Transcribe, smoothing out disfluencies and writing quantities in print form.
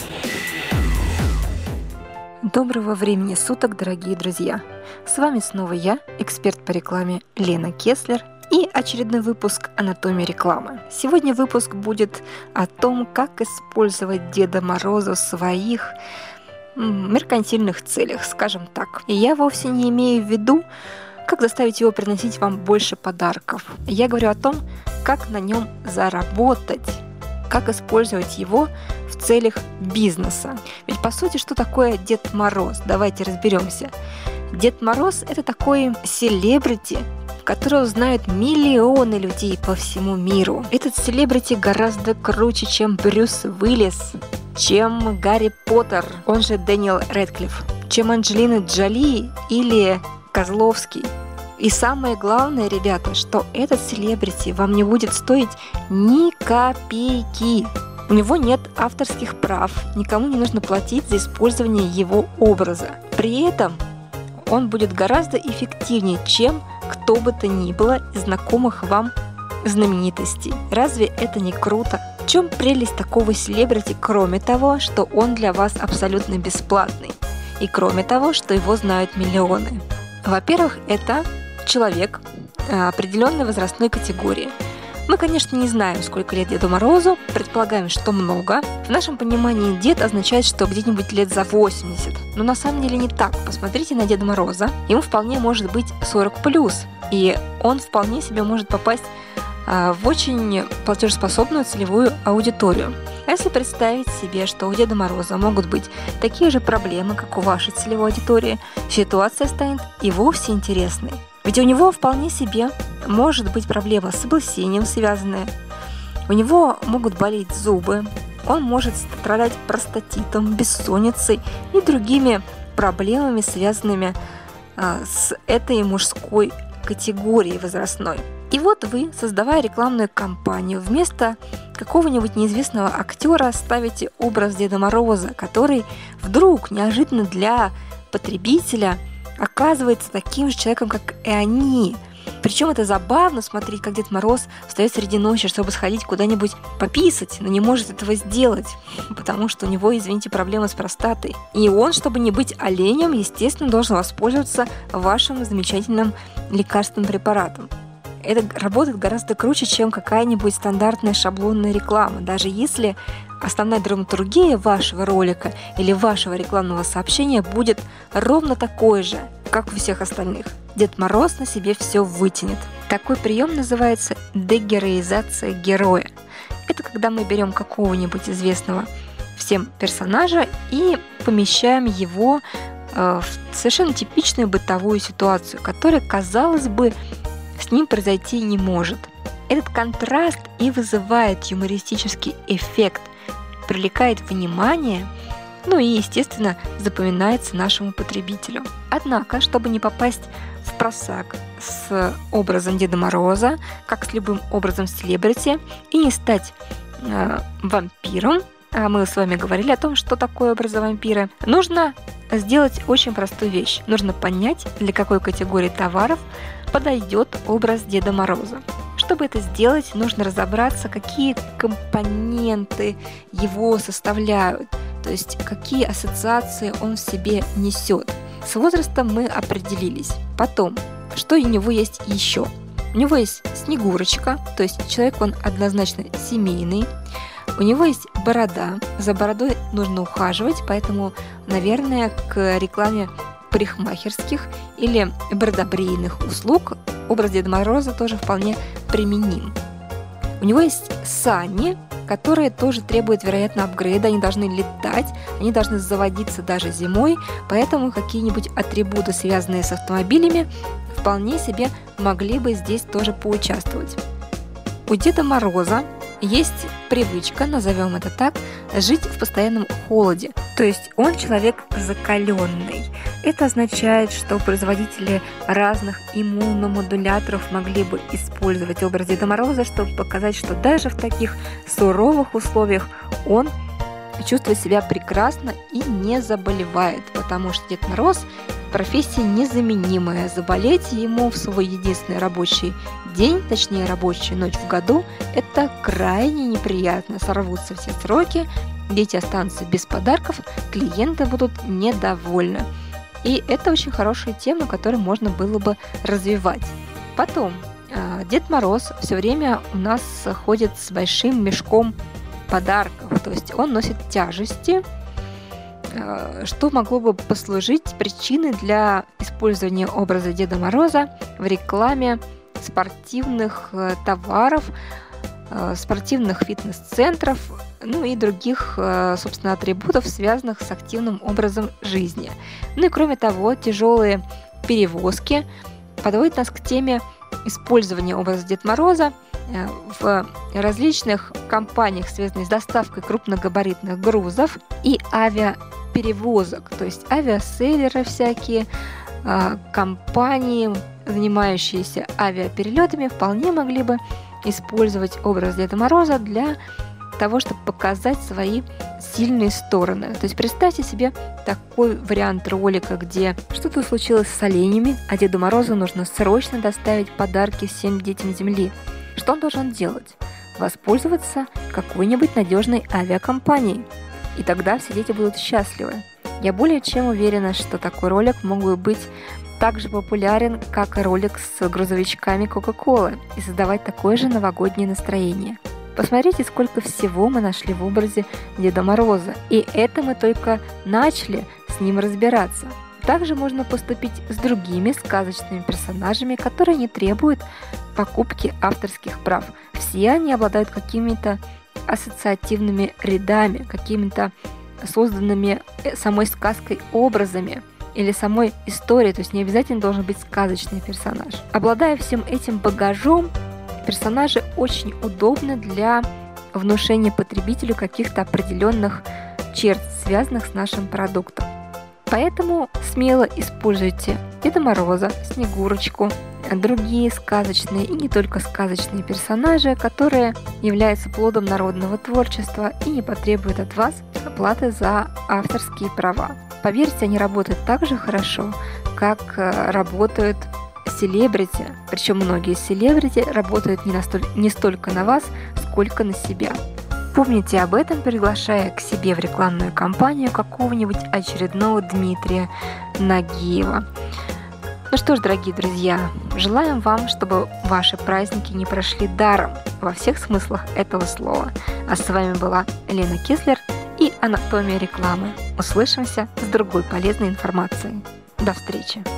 Доброго времени суток, дорогие друзья! С вами снова я, эксперт по рекламе Лена Кеслер, и очередной выпуск «Анатомия рекламы». Сегодня выпуск будет о том, как использовать Деда Мороза в своих меркантильных целях, скажем так. И я вовсе не имею в виду, как заставить его приносить вам больше подарков. Я говорю о том, как на нем заработать, как использовать его в целях бизнеса. Ведь по сути, что такое Дед Мороз? Давайте разберемся. Дед Мороз – это такой селебрити, которого знают миллионы людей по всему миру. Этот селебрити гораздо круче, чем Брюс Уиллис, чем Гарри Поттер, он же Дэниел Рэдклифф, чем Анджелина Джоли или Козловский. И самое главное, ребята, что этот селебрити вам не будет стоить ни копейки. У него нет авторских прав, никому не нужно платить за использование его образа. При этом он будет гораздо эффективнее, чем кто бы то ни было из знакомых вам знаменитостей. Разве это не круто? В чем прелесть такого селебрити, кроме того, что он для вас абсолютно бесплатный? И кроме того, что его знают миллионы. Во-первых, это человек определенной возрастной категории. Мы, конечно, не знаем, сколько лет Деду Морозу, предполагаем, что много. В нашем понимании дед означает, что где-нибудь лет за 80. Но на самом деле не так. Посмотрите на Деда Мороза. Ему вполне может быть 40+. И он вполне себе может попасть в очень платежеспособную целевую аудиторию. А если представить себе, что у Деда Мороза могут быть такие же проблемы, как у вашей целевой аудитории, ситуация станет и вовсе интересной. Ведь у него вполне себе может быть проблема с облысением связанная, у него могут болеть зубы, он может страдать простатитом, бессонницей и другими проблемами, связанными с этой мужской категорией возрастной. И вот вы, создавая рекламную кампанию, вместо какого-нибудь неизвестного актера ставите образ Деда Мороза, который вдруг неожиданно для потребителя оказывается таким же человеком, как и они. Причем это забавно смотреть, как Дед Мороз встает среди ночи, чтобы сходить куда-нибудь пописать, но не может этого сделать, потому что у него, извините, проблемы с простатой. И он, чтобы не быть оленем, естественно, должен воспользоваться вашим замечательным лекарственным препаратом. Это работает гораздо круче, чем какая-нибудь стандартная шаблонная реклама. Даже если основная драматургия вашего ролика или вашего рекламного сообщения будет ровно такой же, как у всех остальных. Дед Мороз на себе все вытянет. Такой прием называется дегероизация героя. Это когда мы берем какого-нибудь известного всем персонажа и помещаем его в совершенно типичную бытовую ситуацию, которая, казалось бы, с ним произойти не может. Этот контраст и вызывает юмористический эффект, привлекает внимание, ну и, естественно, запоминается нашему потребителю. Однако, чтобы не попасть в просак с образом Деда Мороза, как с любым образом селебрити, и не стать вампиром, а мы с вами говорили о том, что такое образы вампира, нужно сделать очень простую вещь. Нужно понять, для какой категории товаров подойдет образ Деда Мороза. Чтобы это сделать, нужно разобраться, какие компоненты его составляют, то есть какие ассоциации он в себе несет. С возрастом мы определились. Потом, что у него есть еще? У него есть Снегурочка, то есть человек он однозначно семейный. У него есть борода, за бородой нужно ухаживать, поэтому, наверное, к рекламе парикмахерских или бродобрейных услуг образ Деда Мороза тоже вполне применим. У него есть сани, которые тоже требуют, вероятно, апгрейда, они должны летать, они должны заводиться даже зимой, поэтому какие-нибудь атрибуты, связанные с автомобилями, вполне себе могли бы здесь тоже поучаствовать. У Деда Мороза есть привычка, назовем это так, жить в постоянном холоде. То есть он человек закаленный. Это означает, что производители разных иммуномодуляторов могли бы использовать образ Деда Мороза, чтобы показать, что даже в таких суровых условиях он чувствует себя прекрасно и не заболевает, потому что Дед Мороз профессия незаменимая. Заболеть ему в свой единственный рабочий день, точнее рабочую ночь в году, это крайне неприятно. Сорвутся все сроки, дети останутся без подарков, клиенты будут недовольны. И это очень хорошая тема, которую можно было бы развивать. Потом, Дед Мороз все время у нас ходит с большим мешком подарков, то есть он носит тяжести, что могло бы послужить причиной для использования образа Деда Мороза в рекламе спортивных товаров, спортивных фитнес-центров, ну и других, собственно, атрибутов, связанных с активным образом жизни. Ну и кроме того, тяжелые перевозки подводят нас к теме использования образа Деда Мороза в различных компаниях, связанных с доставкой крупногабаритных грузов и авиаперевозок, то есть авиаселлеры всякие, компании, занимающиеся авиаперелетами, вполне могли бы использовать образ Деда Мороза для того, чтобы показать свои сильные стороны. То есть представьте себе такой вариант ролика, где что-то случилось с оленями, а Деду Морозу нужно срочно доставить подарки всем детям Земли. Что он должен делать? Воспользоваться какой-нибудь надежной авиакомпанией. И тогда все дети будут счастливы. Я более чем уверена, что такой ролик мог бы быть так же популярен, как и ролик с грузовичками Кока-Колы, и создавать такое же новогоднее настроение. Посмотрите, сколько всего мы нашли в образе Деда Мороза, и это мы только начали с ним разбираться. Также можно поступить с другими сказочными персонажами, которые не требуют покупки авторских прав. Все они обладают какими-то ассоциативными рядами, какими-то созданными самой сказкой образами или самой историей, то есть не обязательно должен быть сказочный персонаж. Обладая всем этим багажом, персонажи очень удобны для внушения потребителю каких-то определенных черт, связанных с нашим продуктом. Поэтому смело используйте Деда Мороза, Снегурочку, другие сказочные и не только сказочные персонажи, которые являются плодом народного творчества и не потребуют от вас оплаты за авторские права. Поверьте, они работают так же хорошо, как работают селебрити, причем многие селебрити работают не столько на вас, сколько на себя. Помните об этом, приглашая к себе в рекламную кампанию какого-нибудь очередного Дмитрия Нагиева. Ну что ж, дорогие друзья, желаем вам, чтобы ваши праздники не прошли даром во всех смыслах этого слова. А с вами была Лена Кеслер и Анатомия рекламы. Услышимся с другой полезной информацией. До встречи!